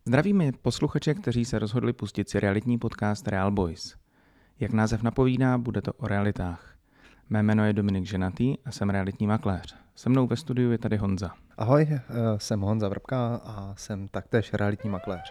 Zdravíme posluchače, kteří se rozhodli pustit si realitní podcast Real Boys. Jak název napovídá, bude to o realitách. Mé jméno je Dominik Ženatý a jsem realitní makléř. Se mnou ve studiu je tady Honza. Ahoj, jsem Honza Vrbka a jsem taktéž realitní makléř.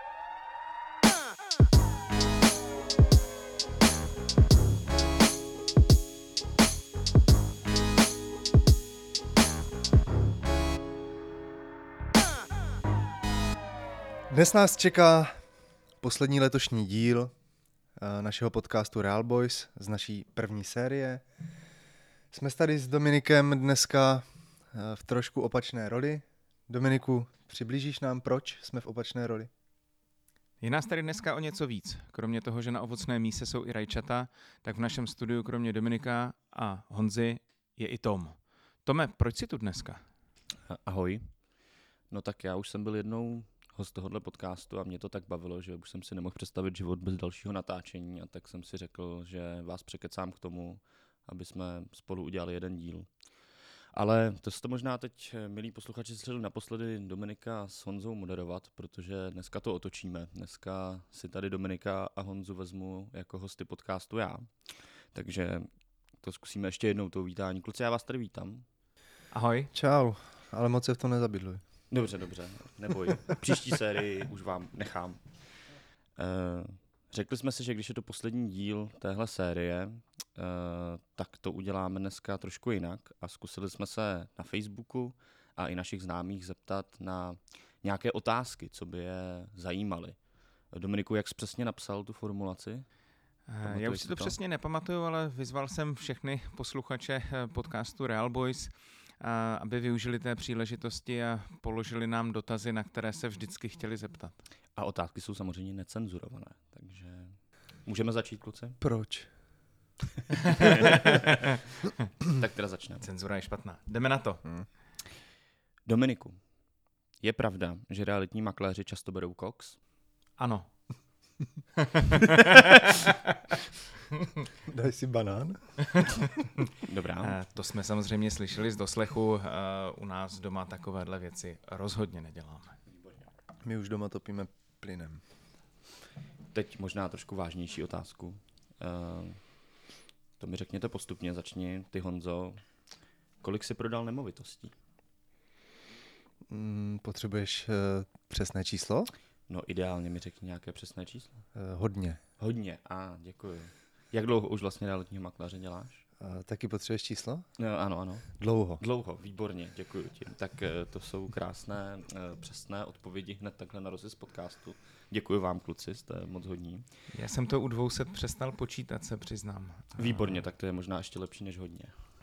Dnes nás čeká poslední letošní díl našeho podcastu Real Boys z naší první série. Jsme tady s Dominikem dneska v trošku opačné roli. Dominiku, přiblížíš nám, proč jsme v opačné roli? Je nás tady dneska o něco víc. Kromě toho, že na ovocné míse jsou i rajčata, tak v našem studiu kromě Dominika a Honzy je i Tom. Tome, proč jsi tu dneska? Ahoj. No tak já už jsem byl jednou host tohohle podcastu a mě to tak bavilo, že už jsem si nemohl představit život bez dalšího natáčení a tak jsem si řekl, že vás překecám k tomu, aby jsme spolu udělali jeden díl. Ale to jste možná teď, milí posluchači, slyšeli naposledy Dominika s Honzou moderovat, protože dneska to otočíme. Dneska si tady Dominika a Honzu vezmu jako hosty podcastu já. Takže to zkusíme ještě jednou, to vítání. Kluci, já vás tady vítám. Ahoj. Čau, ale moc se v tom nezabydluj. Dobře, neboj. Příští sérii už vám nechám. Řekli jsme si, že když je to poslední díl téhle série, tak to uděláme dneska trošku jinak a zkusili jsme se na Facebooku a i našich známých zeptat na nějaké otázky, co by je zajímaly. Dominiku, jak jsi přesně napsal tu formulaci? Já už si to přesně nepamatuju, ale vyzval jsem všechny posluchače podcastu Real Boys, aby využili té příležitosti a položili nám dotazy, na které se vždycky chtěli zeptat. A otázky jsou samozřejmě necenzurované, takže můžeme začít, kluci? Proč? Tak teda začneme. Cenzura je špatná. Jdeme na to. Dominiku, je pravda, že realitní makléři často berou koks? Ano. Daj si banán. Dobrá. To jsme samozřejmě slyšeli z doslechu. U nás doma takovéhle věci rozhodně neděláme. My už doma topíme plynem. Teď možná trošku vážnější otázku. To mi řekněte postupně, začni ty, Honzo. Kolik jsi prodal nemovitostí? Potřebuješ přesné číslo? No ideálně mi řekni nějaké přesné číslo. Hodně. Hodně, děkuji. Jak dlouho už vlastně realitního makléře děláš? Taky potřebuješ číslo? No, ano. Dlouho, výborně, děkuji ti. Tak to jsou krásné, přesné odpovědi hned takhle na rozjezd podcastu. Děkuji vám, kluci, jste moc hodní. Já jsem to u 200 přestal počítat, se přiznám. Výborně, tak to je možná ještě lepší než hodně.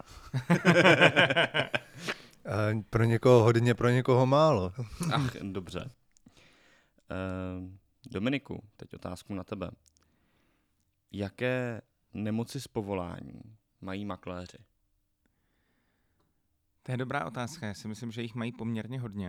Pro někoho hodně, pro někoho málo. Ach, dobře. Dominiku, teď otázku na tebe. Jaké nemoci z povolání mají makléři? To je dobrá otázka. Já si myslím, že jich mají poměrně hodně.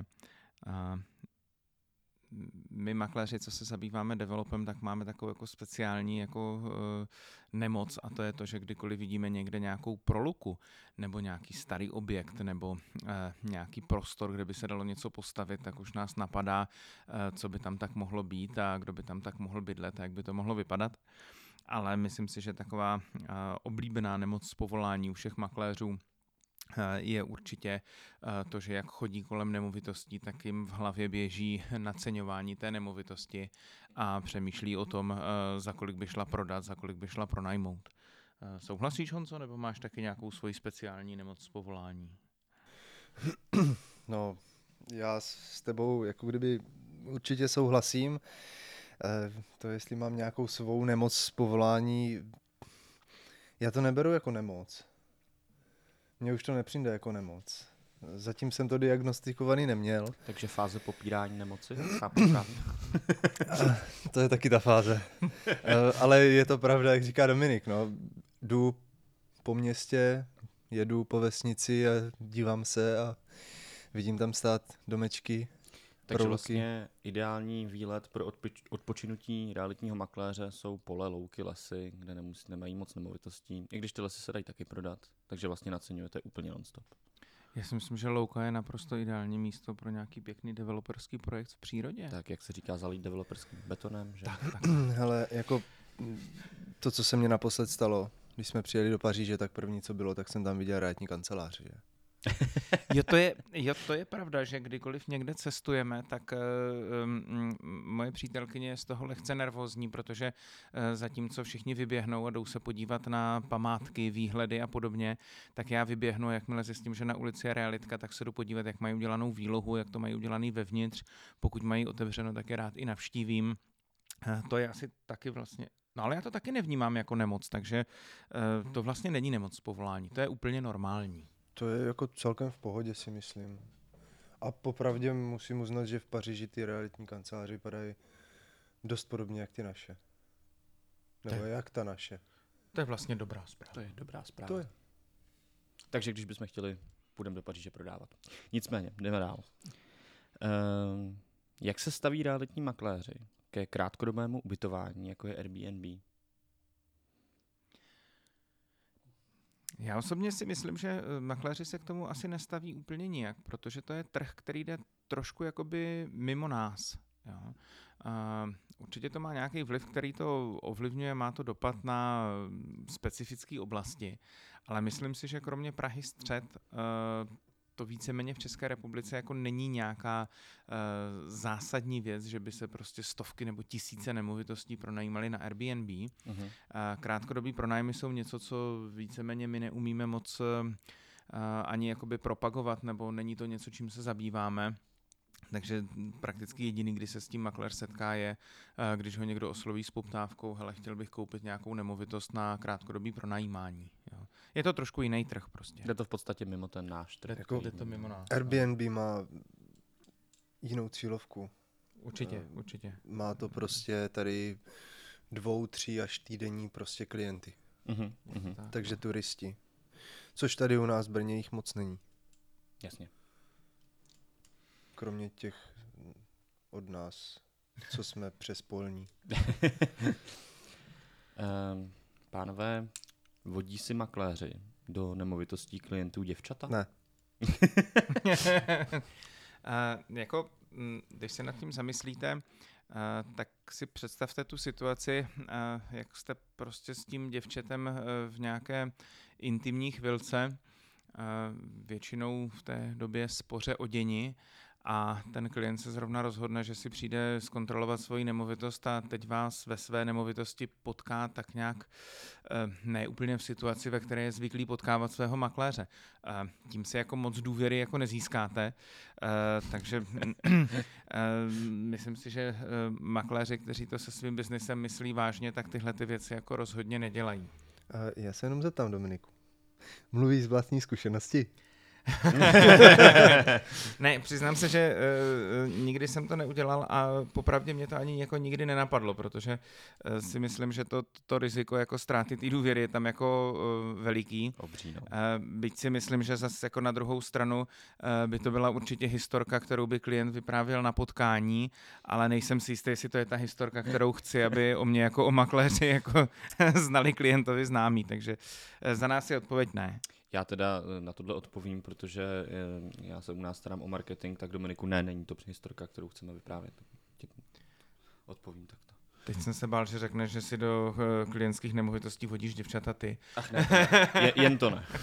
My makléři, co se zabýváme developem, tak máme takovou jako speciální nemoc a to je to, že kdykoliv vidíme někde nějakou proluku nebo nějaký starý objekt nebo nějaký prostor, kde by se dalo něco postavit, tak už nás napadá, co by tam tak mohlo být a kdo by tam tak mohl bydlet a jak by to mohlo vypadat. Ale myslím si, že taková oblíbená nemoc z povolání u všech makléřů je určitě to, že jak chodí kolem nemovitostí, tak jim v hlavě běží naceňování té nemovitosti a přemýšlí o tom, za kolik by šla prodat, za kolik by šla pronajmout. Souhlasíš, Honzo, nebo máš taky nějakou svoji speciální nemoc z povolání? No, já s tebou jako kdyby určitě souhlasím. To jestli mám nějakou svou nemoc z povolání, já to neberu jako nemoc. Mně už to nepřijde jako nemoc. Zatím jsem to diagnostikovaný neměl. Takže fáze popírání nemoci? To je taky ta fáze. Ale je to pravda, jak říká Dominik. No. Jdu po městě, jedu po vesnici a dívám se a vidím tam stát domečky. Takže proluky. vlastně ideální výlet pro odpočinutí realitního makléře jsou pole, louky, lesy, kde nemají moc nemovitostí. I když ty lesy se dají taky prodat, takže vlastně naceňujete úplně non-stop. Já si myslím, že louka je naprosto ideální místo pro nějaký pěkný developerský projekt v přírodě. Tak, jak se říká, zalít developerským betonem, že? Tak. Hele, jako to, co se mně naposled stalo, když jsme přijeli do Paříže, tak první, co bylo, tak jsem tam viděl realitní kancelář, že? To je pravda, že kdykoliv někde cestujeme, tak moje přítelkyně je z toho lehce nervózní, protože zatímco všichni vyběhnou a jdou se podívat na památky, výhledy a podobně, tak já vyběhnu, jakmile zjistím, že na ulici je realitka, tak se jdu podívat, jak mají udělanou výlohu, jak to mají udělaný vevnitř. Pokud mají otevřeno, tak je rád i navštívím. To je asi taky vlastně... No ale já to taky nevnímám jako nemoc, takže to vlastně není nemoc z povolání, to je úplně normální. To je jako celkem v pohodě, si myslím. A popravdě musím uznat, že v Paříži ty realitní kanceláře vypadají dost podobně jak ty naše. Nebo jak ta naše. To je vlastně dobrá zpráva. To je dobrá zpráva. To je. Takže když bychom chtěli, půjdeme do Paříže prodávat. Nicméně, jdeme dál. Jak se staví realitní makléři ke krátkodobému ubytování, jako je Airbnb? Já osobně si myslím, že makléři se k tomu asi nestaví úplně nijak, protože to je trh, který jde trošku jakoby mimo nás. Jo. Určitě to má nějaký vliv, který to ovlivňuje, má to dopad na specifické oblasti, ale myslím si, že kromě Prahy střed to víceméně v České republice jako není nějaká zásadní věc, že by se prostě stovky nebo tisíce nemovitostí pronajímaly na Airbnb. Uh-huh. Krátkodobý pronájmy jsou něco, co víceméně my neumíme moc ani jakoby propagovat, nebo není to něco, čím se zabýváme. Takže prakticky jediný, kdy se s tím makléř setká, je, když ho někdo osloví s poptávkou, hele, chtěl bych koupit nějakou nemovitost na krátkodobý pronajímání. Jo. Je to trošku jiný trh prostě. Jde to v podstatě mimo ten náš trh. Jako Jde to mimo nás. Airbnb má jinou cílovku. Určitě. Má to prostě tady 2, 3 až týdenní prostě klienty. Uh-huh. Takže turisti. Což tady u nás v Brně jich moc není. Jasně. Kromě těch od nás, co jsme přespolní. Pánové, vodí si makléři do nemovitostí klientů děvčata? Ne. Když se nad tím zamyslíte, tak si představte tu situaci, jak jste prostě s tím děvčetem v nějaké intimní chvilce, většinou v té době spoře oděni, a ten klient se zrovna rozhodne, že si přijde zkontrolovat svoji nemovitost a teď vás ve své nemovitosti potká tak nějak ne úplně v situaci, ve které je zvyklý potkávat svého makléře. Tím si jako moc důvěry jako nezískáte, takže myslím si, že makléři, kteří to se svým biznesem myslí vážně, tak tyhle ty věci jako rozhodně nedělají. Já se jenom zeptám, Dominiku. Mluvíš z vlastní zkušenosti? Ne, přiznám se, že nikdy jsem to neudělal a popravdě mě to ani jako nikdy nenapadlo, protože si myslím, že to riziko jako ztráty té důvěry je tam jako veliký. Obří, no. Byť si myslím, že zase jako na druhou stranu by to byla určitě historka, kterou by klient vyprávěl na potkání, ale nejsem si jistý, jestli to je ta historka, kterou chci, aby o mě jako o makléři jako znali klientovi známí, takže za nás je odpověď ne. Já teda na tohle odpovím, protože já se u nás starám o marketing, tak Dominiku, ne, není to historka, kterou chceme vyprávět. Odpovím takto. Teď jsem se bál, že řekneš, že si do klientských nemovitostí vodíš děvčata ty. Ach ne, jen to ne.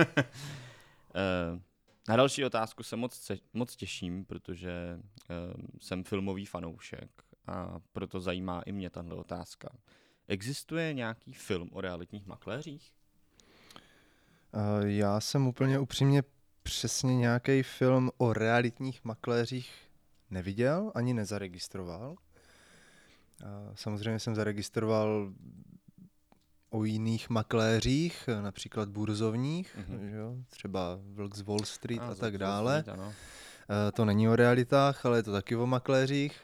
Na další otázku se moc těším, protože jsem filmový fanoušek a proto zajímá i mě tahle otázka. Existuje nějaký film o realitních makléřích? Já jsem úplně upřímně přesně nějaký film o realitních makléřích neviděl, ani nezaregistroval. Samozřejmě jsem zaregistroval o jiných makléřích, například burzovních, že jo? Třeba Vlk z Wall Street a tak dále. To není o realitách, ale je to taky o makléřích.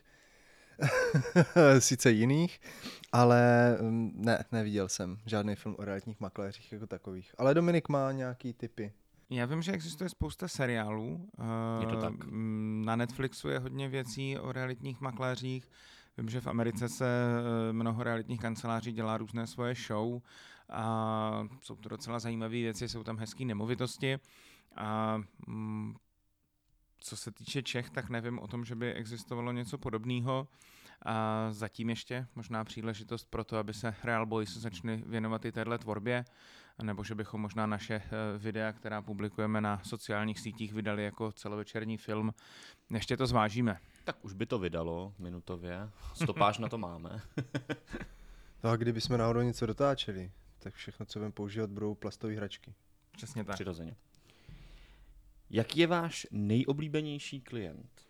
Sice jiných, ale ne, neviděl jsem žádný film o realitních makléřích jako takových. Ale Dominik má nějaký tipy. Já vím, že existuje spousta seriálů. Je to tak. Na Netflixu je hodně věcí o realitních makléřích. Vím, že v Americe se mnoho realitních kanceláří dělá různé svoje show a jsou to docela zajímavé věci, jsou tam hezké nemovitosti. A co se týče Čech, tak nevím o tom, že by existovalo něco podobného. A zatím ještě možná příležitost pro to, aby se Real Boys začali věnovat i téhle tvorbě, nebo že bychom možná naše videa, která publikujeme na sociálních sítích, vydali jako celovečerní film. Ještě to zvážíme. Tak už by to vydalo minutově. Stopáž na to máme. No a kdybychom náhodou něco dotáčeli, tak všechno, co budeme používat, budou plastové hračky. Přesně tak. Přirozeně. Jaký je váš nejoblíbenější klient?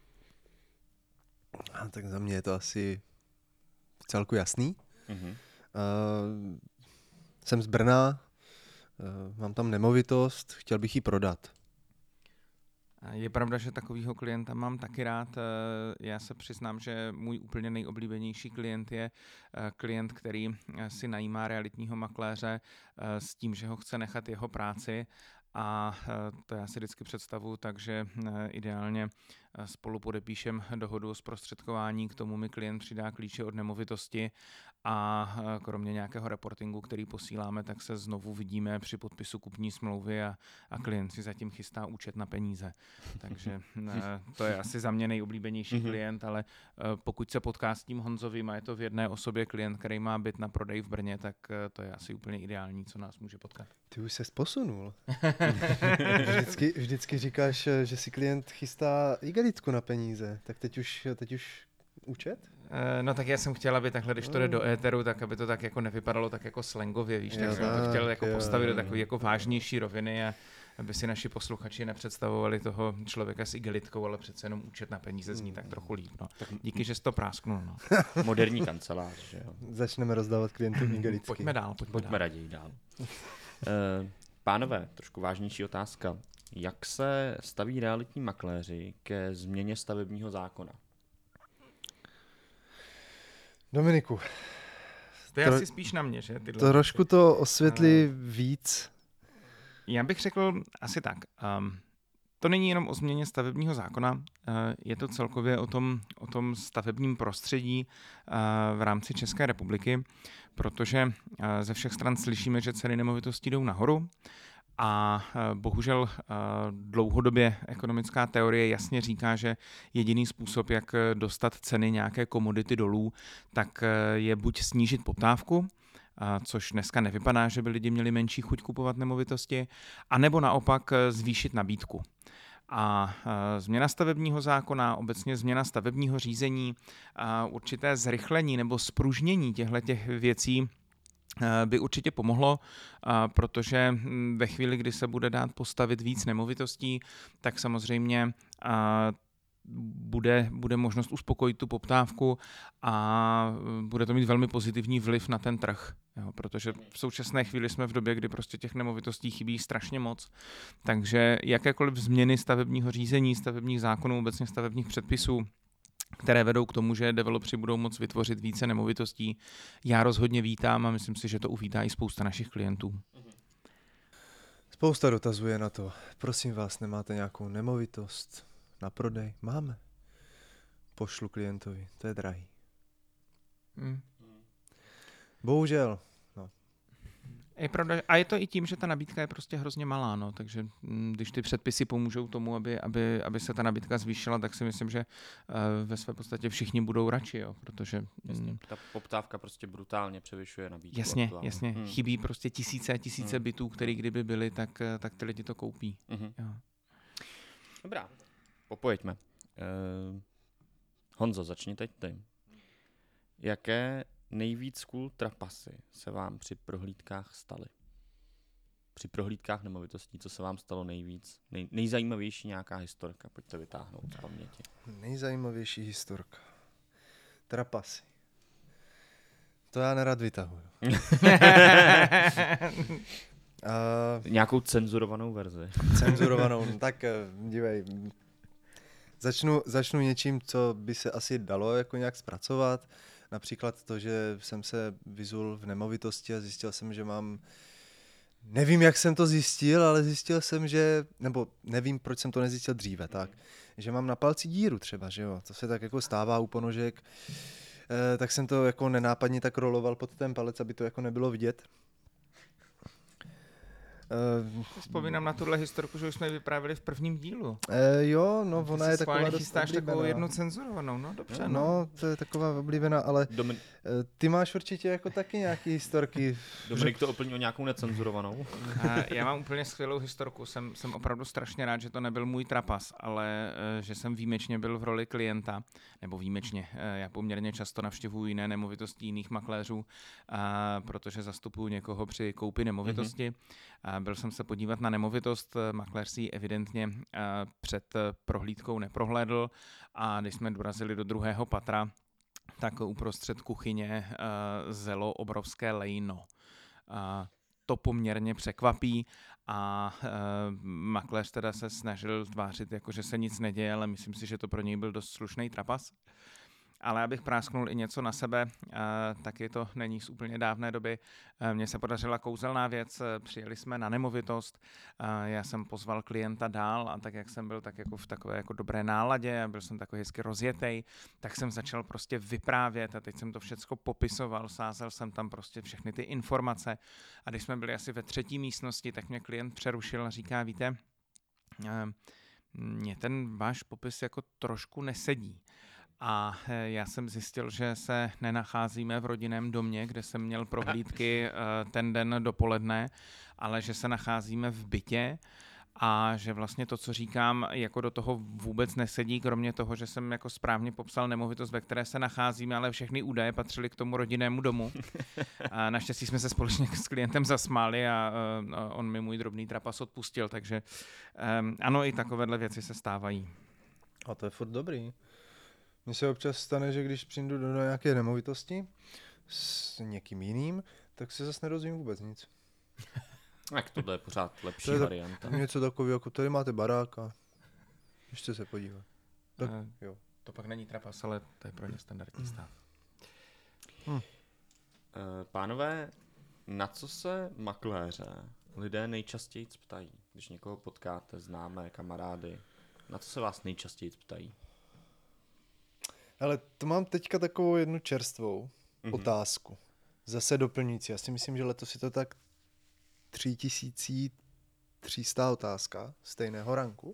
A tak za mě je to asi vcelku jasný. Mhm. Jsem z Brna, mám tam nemovitost, chtěl bych ji prodat. Je pravda, že takovýho klienta mám taky rád. Já se přiznám, že můj úplně nejoblíbenější klient je klient, který si najímá realitního makléře s tím, že ho chce nechat jeho práci. A to já si vždycky představuji, takže ideálně spolu podepíšem dohodu o zprostředkování, k tomu mi klient přidá klíče od nemovitosti a kromě nějakého reportingu, který posíláme, tak se znovu vidíme při podpisu kupní smlouvy a klient si zatím chystá účet na peníze. Takže to je asi za mě nejoblíbenější klient, ale pokud se potká s tím Honzovým a je to v jedné osobě klient, který má byt na prodej v Brně, tak to je asi úplně ideální, co nás může potkat. Ty už ses posunul. vždycky říkáš, že si klient chystá igelitku na peníze, tak teď už účet? No tak já jsem chtěl, aby takhle, když to jde do éteru, tak aby to tak jako nevypadalo tak jako slangově, víš, tak jsem to chtěl jako postavit do takové jako vážnější roviny a aby si naši posluchači nepředstavovali toho člověka s igelitkou, ale přece jenom účet na peníze zní tak trochu líp. No. Díky, že jsi to prásknul. No. Moderní kancelář, že jo. Začneme rozdávat klientům igelitky. Pojďme dál. Pojďme raději dál. Pánové, trošku vážnější otázka. Jak se staví realitní makléři ke změně stavebního zákona? To Dominiku. je asi spíš na mě, že? Trošku to osvětlí víc. Já bych řekl asi tak. To není jenom o změně stavebního zákona, je to celkově o tom stavebním prostředí v rámci České republiky, protože ze všech stran slyšíme, že ceny nemovitostí jdou nahoru a bohužel dlouhodobě ekonomická teorie jasně říká, že jediný způsob, jak dostat ceny nějaké komodity dolů, tak je buď snížit poptávku, což dneska nevypadá, že by lidi měli menší chuť kupovat nemovitosti, anebo naopak zvýšit nabídku. A změna stavebního zákona, obecně změna stavebního řízení, určité zrychlení nebo zpružnění těchto věcí by určitě pomohlo, protože ve chvíli, kdy se bude dát postavit víc nemovitostí, tak samozřejmě bude možnost uspokojit tu poptávku a bude to mít velmi pozitivní vliv na ten trh. Jo, protože v současné chvíli jsme v době, kdy prostě těch nemovitostí chybí strašně moc. Takže jakékoliv změny stavebního řízení, stavebních zákonů, obecně stavebních předpisů, které vedou k tomu, že developři budou moct vytvořit více nemovitostí, já rozhodně vítám a myslím si, že to uvítá i spousta našich klientů. Spousta dotazů je na to. Prosím vás, nemáte nějakou nemovitost na prodej? Máme. Pošlu klientovi, to je drahý. Bohužel. No. Je pravda, a je to i tím, že ta nabídka je prostě hrozně malá, no, takže když ty předpisy pomůžou tomu, aby se ta nabídka zvýšila, tak si myslím, že ve své podstatě všichni budou radši, jo, protože... Jasně, ta poptávka prostě brutálně převyšuje nabídku. Jasně, chybí prostě tisíce bytů, který kdyby byly, tak ty lidi to koupí. Jo. Dobrá, popojďme. Honzo, začni teď ty. Jaké nejvíc cool trapasy se vám při prohlídkách staly? Při prohlídkách nemovitostí, co se vám stalo nejvíc? Nejzajímavější nějaká historka, pojďte vytáhnout z paměti. Nejzajímavější historka. Trapasy. To já nerad vytahuju. Nějakou cenzurovanou verzi. Cenzurovanou, no tak dívej. Začnu něčím, co by se asi dalo jako nějak zpracovat. Například to, že jsem se vyzul v nemovitosti a zjistil jsem, že mám... Nevím, jak jsem to zjistil, ale zjistil jsem, že... Nebo nevím, proč jsem to nezjistil dříve, tak. Že mám na palci díru třeba, že jo. To se tak jako stává u ponožek. Tak jsem to jako nenápadně tak roloval pod ten palec, aby to jako nebylo vidět. Vzpomínám na tuhle historku, že už jsme ji vyprávěli v prvním dílu. Jo, no ona je taková dost chystáš oblíbená. takovou jednu cenzurovanou, no dobře. No, to je taková oblíbená, ale ty máš určitě jako taky nějaký historky. Dominik to oplní o nějakou necenzurovanou. Já mám úplně skvělou historku, jsem opravdu strašně rád, že to nebyl můj trapas, ale že jsem výjimečně byl v roli klienta, nebo výjimečně, já poměrně často navštěvuji jiné nemovitosti jiných makléřů, protože zastupuju někoho při koupi nemovitosti. Byl jsem se podívat na nemovitost, makléř si ji evidentně před prohlídkou neprohlédl a když jsme dorazili do druhého patra, tak uprostřed kuchyně zelo obrovské lejno. To poměrně překvapí a makléř teda se snažil tvářit, jako že se nic neděje, ale myslím si, že to pro něj byl dost slušný trapas. Ale abych prásknul i něco na sebe, taky to není z úplně dávné doby. Mně se podařila kouzelná věc, přijeli jsme na nemovitost, já jsem pozval klienta dál a tak, jak jsem byl tak jako v takové jako dobré náladě a byl jsem takový hezky rozjetej, tak jsem začal prostě vyprávět a teď jsem to všecko popisoval, sázel jsem tam prostě všechny ty informace a když jsme byli asi ve třetí místnosti, tak mě klient přerušil a říká, víte, mně ten váš popis jako trošku nesedí. A já jsem zjistil, že se nenacházíme v rodinném domě, kde jsem měl prohlídky ten den dopoledne, ale že se nacházíme v bytě a že vlastně to, co říkám, jako do toho vůbec nesedí, kromě toho, že jsem jako správně popsal nemovitost, ve které se nacházíme, ale všechny údaje patřily k tomu rodinnému domu. A naštěstí jsme se společně s klientem zasmáli a on mi můj drobný trapas odpustil, takže ano, i takovéhle věci se stávají. A to je furt dobrý. Mně se občas stane, že když přijdu do nějaké nemovitosti s někým jiným, tak se zase nedozvím vůbec nic. Tak tohle je pořád lepší to je varianta. Něco takového, jako tady máte barák a ještě se podívat. Tak, jo. To pak není trapas, ale to je pro ně standardní stav. Pánové, na co se makléře lidé nejčastěji ptají, když někoho potkáte, známé, kamarády? Na co se vás nejčastěji ptají? Ale to mám teďka takovou jednu čerstvou otázku. Zase doplňující. Já si myslím, že letos je to tak 3300 otázka stejného ranku.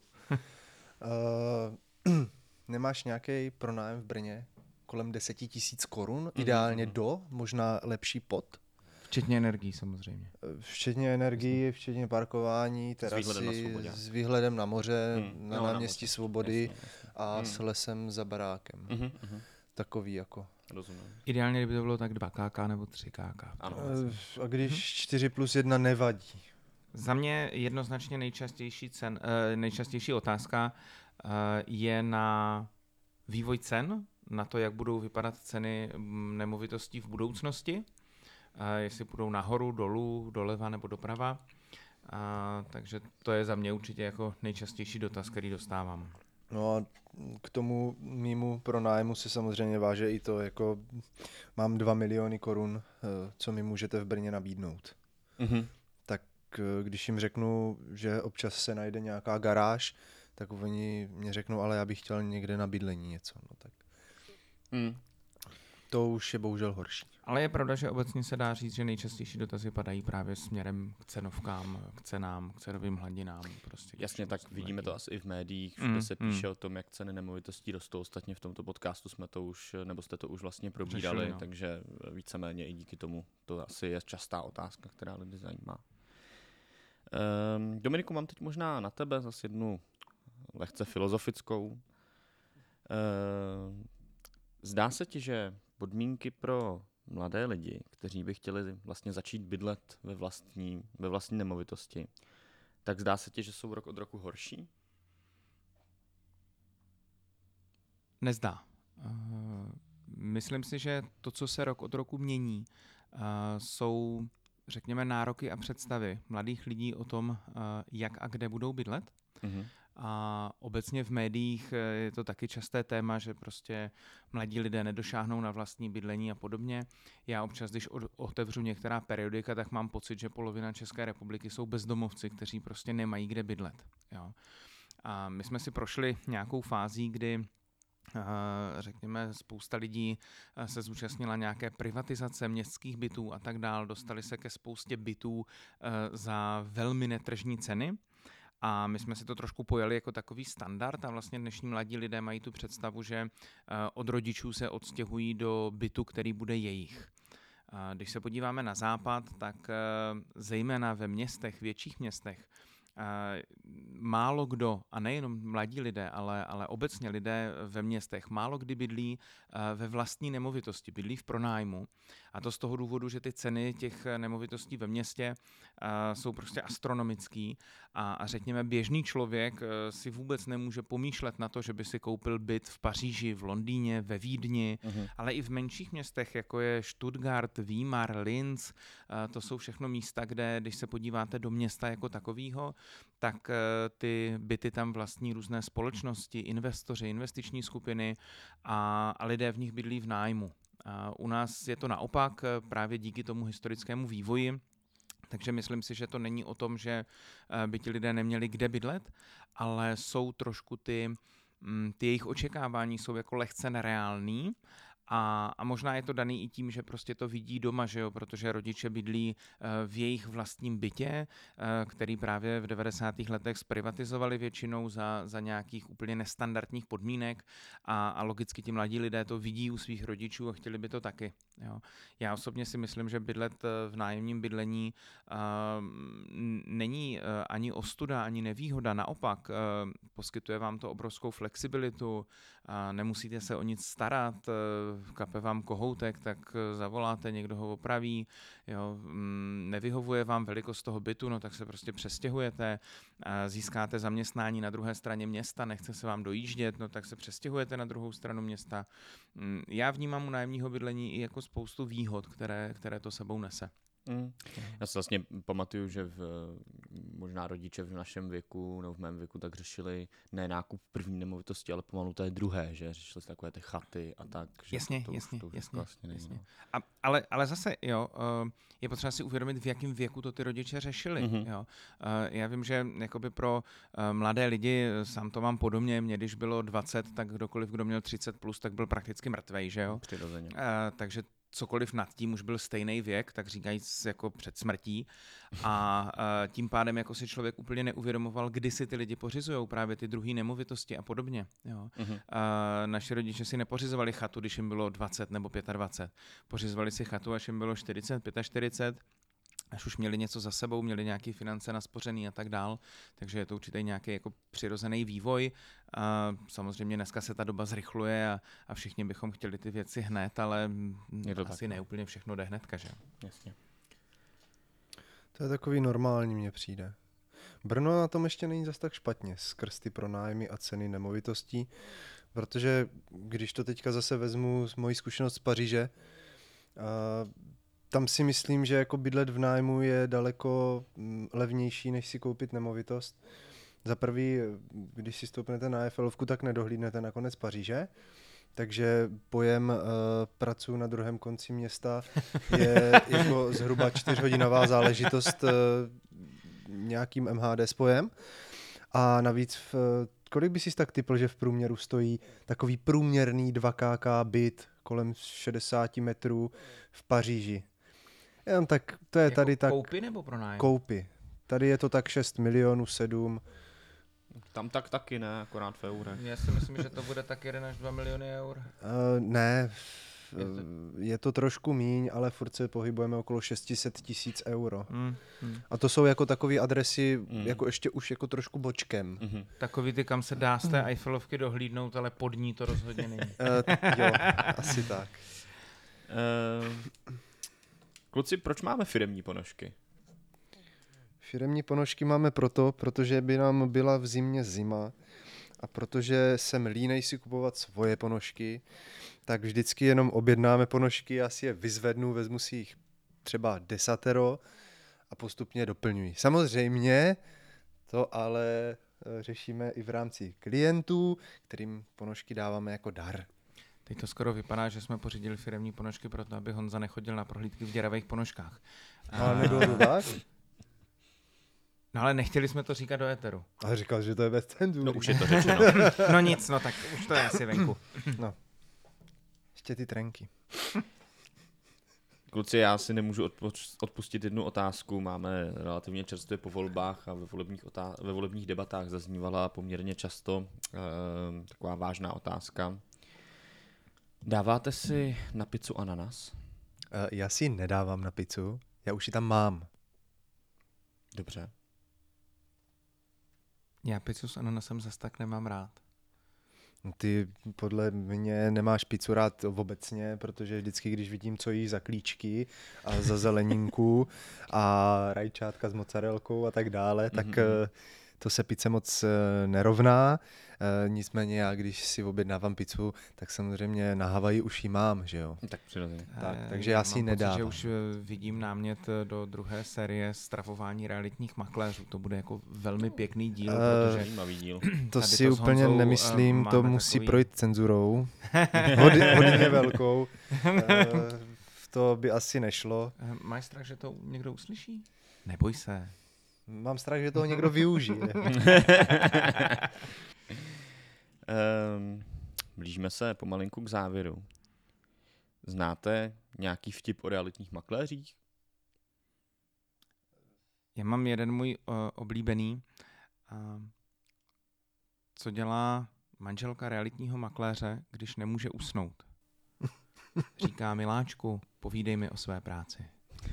Nemáš nějaký pronájem v Brně kolem 10 000 korun? Ideálně možná lepší pod? Včetně energií samozřejmě. Včetně energii, včetně parkování, terasy, s výhledem na moře, na náměstí Svobody a s lesem za barákem. Takový jako. Rozumím. Ideálně, kdyby to bylo tak 2KK nebo 3KK. Ano. A když 4+1 nevadí. Za mě jednoznačně nejčastější otázka je na vývoj cen, na to, jak budou vypadat ceny nemovitostí v budoucnosti, jestli půjdou nahoru, dolů, doleva nebo doprava. Takže to je za mě určitě jako nejčastější dotaz, který dostávám. No a k tomu mýmu pronájmu se samozřejmě váže i to, jako mám 2 miliony korun, co mi můžete v Brně nabídnout. Tak když jim řeknu, že občas se najde nějaká garáž, tak oni mě řeknou, ale já bych chtěl někde na bydlení něco. No tak. To už je bohužel horší. Ale je pravda, že obecně se dá říct, že nejčastější dotazy padají právě směrem k cenovkám, k cenám, k cenovým hladinám. Prostě jasně, tak vidíme to asi i v médiích, všude se píše o tom, jak ceny nemovitostí rostou. Ostatně v tomto podcastu jsme to už, nebo jste to už vlastně probírali, řešili, takže víceméně i díky tomu to asi je častá otázka, která lidi zajímá. Dominiku, mám teď možná na tebe zase jednu lehce filozofickou. Zdá se ti, že podmínky pro mladé lidi, kteří by chtěli vlastně začít bydlet ve vlastní nemovitosti, tak zdá se ti, že jsou rok od roku horší? Nezdá. Myslím si, že to, co se rok od roku mění, jsou, řekněme, nároky a představy mladých lidí o tom, jak a kde budou bydlet. A obecně v médiích je to taky časté téma, že prostě mladí lidé nedošáhnou na vlastní bydlení a podobně. Já občas, když otevřu některá periodika, tak mám pocit, že polovina České republiky jsou bezdomovci, kteří prostě nemají kde bydlet. Jo. A my jsme si prošli nějakou fází, kdy Řekněme, spousta lidí se zúčastnila nějaké privatizace městských bytů a tak dál, dostali se ke spoustě bytů za velmi netržní ceny. A my jsme si to trošku pojali jako takový standard a vlastně dnešní mladí lidé mají tu představu, že od rodičů se odstěhují do bytu, který bude jejich. Když se podíváme na západ, tak zejména ve městech, větších městech, málo kdo, a nejenom mladí lidé, ale obecně lidé ve městech, málo kdy bydlí ve vlastní nemovitosti, bydlí v pronájmu. A to z toho důvodu, že ty ceny těch nemovitostí ve městě jsou prostě astronomický a řekněme běžný člověk si vůbec nemůže pomýšlet na to, že by si koupil byt v Paříži, v Londýně, ve Vídni, ale i v menších městech, jako je Stuttgart, Weimar, Linz, to jsou všechno místa, kde, když se podíváte do města jako takového, tak ty byty tam vlastní různé společnosti, investoři, investiční skupiny a lidé v nich bydlí v nájmu. U nás je to naopak právě díky tomu historickému vývoji, takže myslím si, že to není o tom, že by ti lidé neměli kde bydlet, ale jsou trošku ty jejich očekávání jsou jako lehce nereální. A možná je to daný i tím, že prostě to vidí doma, že jo, protože rodiče bydlí v jejich vlastním bytě, který právě v 90. letech zprivatizovali většinou za nějakých úplně nestandardních podmínek a logicky ti mladí lidé to vidí u svých rodičů a chtěli by to taky. Jo. Já osobně si myslím, že bydlet v nájemním bydlení není ani ostuda, ani nevýhoda, naopak poskytuje vám to obrovskou flexibilitu, nemusíte se o nic starat, kape vám kohoutek, tak zavoláte, někdo ho opraví, jo, nevyhovuje vám velikost toho bytu, no tak se prostě přestěhujete, získáte zaměstnání na druhé straně města, nechce se vám dojíždět, no tak se přestěhujete na druhou stranu města. Já vnímám u nájemního bydlení i jako spoustu výhod, které to sebou nese. Já si vlastně pamatuju, že možná rodiče v našem věku nebo v mém věku tak řešili ne nákup první nemovitosti, ale pomalu té druhé, že řešili takové ty chaty a tak. Že jasně. Vlastně není, no. Ale zase, jo, je potřeba si uvědomit, v jakém věku to ty rodiče řešili. Jo. Já vím, že jakoby pro mladé lidi, sám to mám podobně, mě když bylo 20, tak kdokoliv, kdo měl 30 plus, tak byl prakticky mrtvej, že jo. Přirozeně. Takže cokoliv nad tím už byl stejný věk, tak říkajíc jako před smrtí a tím pádem jako si člověk úplně neuvědomoval, kdy si ty lidi pořizujou právě ty druhé nemovitosti a podobně. Jo. Naši rodiče si nepořizovali chatu, když jim bylo 20 nebo 25. Pořizovali si chatu, až jim bylo 40, 45, až už měli něco za sebou, měli nějaké finance naspořený a tak dál, takže je to určitě nějaký jako přirozený vývoj. Samozřejmě dneska se ta doba zrychluje a všichni bychom chtěli ty věci hned, ale asi ne úplně všechno jde hnedka, že? Jasně. To je takový normální, mně přijde. Brno na tom ještě není zas tak špatně skrz ty pronájmy a ceny nemovitostí, protože když to teďka zase vezmu z mojí zkušenost z Paříže, tam si myslím, že jako bydlet v nájmu je daleko levnější, než si koupit nemovitost. Za prvý, když si stoupnete na Eiffelovku, tak nedohlídnete na konec Paříže, takže pojem pracuji na druhém konci města je jako zhruba 4hodinová záležitost nějakým MHD spojem. A navíc, kolik by si tak tipl, že v průměru stojí takový průměrný 2KK byt kolem 60 metrů v Paříži? Jenom tak, to je jako tady tak... Koupy nebo pronájem? Koupy. Tady je to tak 6 milionů, 7. Tam tak taky ne, akorát v eurech. Já si myslím, že to bude tak 1 až 2 miliony eur. Ne, je to trošku míň, ale furt se pohybujeme okolo 600 000 euro. A to jsou jako takové adresy, jako ještě už jako trošku bočkem. Takový ty, kam se dá z té Eiffelovky dohlídnout, ale pod ní to rozhodně není. Jo, asi tak. Kluci, proč máme firemní ponožky? Firemní ponožky máme protože by nám byla v zimě zima a protože jsem línej si kupovat svoje ponožky, tak vždycky jenom objednáme ponožky, já si je vyzvednu, vezmu si jich třeba 10 a postupně doplňuji. Samozřejmě to ale řešíme i v rámci klientů, kterým ponožky dáváme jako dar. Teď to skoro vypadá, že jsme pořídili firemní ponožky proto, aby Honza nechodil na prohlídky v děravých ponožkách. Ale nebylo to tak? No ale nechtěli jsme to říkat do éteru. Ale říkal, že to je bez cenzury. No už je to řečeno. No nic, no tak už to je asi venku. No. Ještě ty trenky. Kluci, já si nemůžu odpustit jednu otázku. Máme relativně čerstvě po volbách a ve volebních debatách zaznívala poměrně často taková vážná otázka. Dáváte si na pizzu ananas? Já si ji nedávám na pizzu, já už ji tam mám. Dobře. Já pizzu s ananasem zas tak nemám rád. Ty podle mě nemáš pizzu rád obecně, protože vždycky, když vidím, co jí za klíčky a za zeleninku a rajčátka s mozzarelkou a tak dále, tak to se pizze moc nerovná. Nicméně já, když si objednávám pizzu, tak samozřejmě na Havaji už ji mám, že jo? Tak přirozeně. Takže já si ji nedávám. Že už vidím námět do druhé série stravování realitních makléřů. To bude jako velmi pěkný díl, protože Zajímavý díl. To tady si to s úplně Honzou, nemyslím, to máme musí takový- projít cenzurou. Hodně velkou. To by asi nešlo. Máš strach, že to někdo uslyší? Neboj se. Mám strach, že toho někdo využije. Blížíme se pomalinku k závěru. Znáte nějaký vtip o realitních makléřích? Já mám jeden můj oblíbený, co dělá manželka realitního makléře, když nemůže usnout. Říká: miláčku, povídej mi o své práci.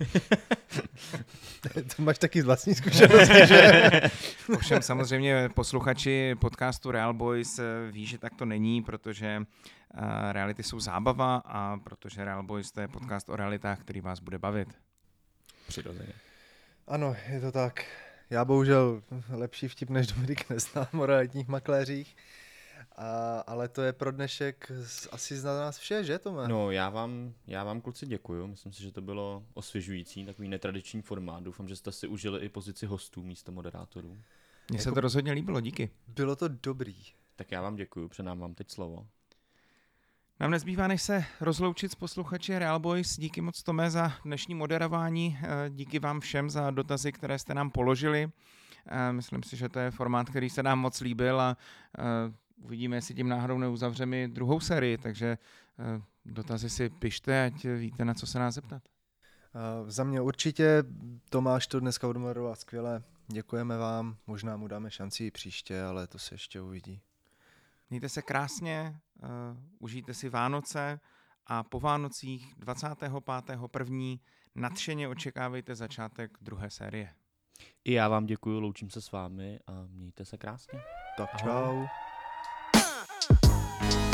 To máš taky z vlastní zkušenosti, že? Ovšem samozřejmě posluchači podcastu Real Boys ví, že tak to není, protože reality jsou zábava a protože Real Boys to je podcast o realitách, který vás bude bavit. Přirozeně. Ano, je to tak. Já bohužel lepší vtip než Dominik neznám o realitních makléřích. Ale to je pro dnešek asi za nás vše, že Tome? No, já vám kluci děkuju. Myslím si, že to bylo osvěžující, takový netradiční formát. Doufám, že jste si užili i pozici hostů místo moderátorů. Mně se to rozhodně líbilo, díky. Bylo to dobrý. Tak já vám děkuju, předám vám teď slovo. Nám nezbývá, než se rozloučit s posluchači Real Boys. Díky moc, Tome, za dnešní moderování. Díky vám všem za dotazy, které jste nám položili. Myslím si, že to je formát, který se nám moc líbil a uvidíme, jestli tím náhodou neuzavřeme druhou sérii, takže dotazy si pište, ať víte, na co se nás zeptat. Za mě určitě, Tomáš to dneska odmoderoval skvěle. Děkujeme vám, možná mu dáme šanci i příště, ale to se ještě uvidí. Mějte se krásně, užijte si Vánoce a po Vánocích 25.1. nadšeně očekávejte začátek druhé série. I já vám děkuju, loučím se s vámi a mějte se krásně. Tak Ahoj. čau.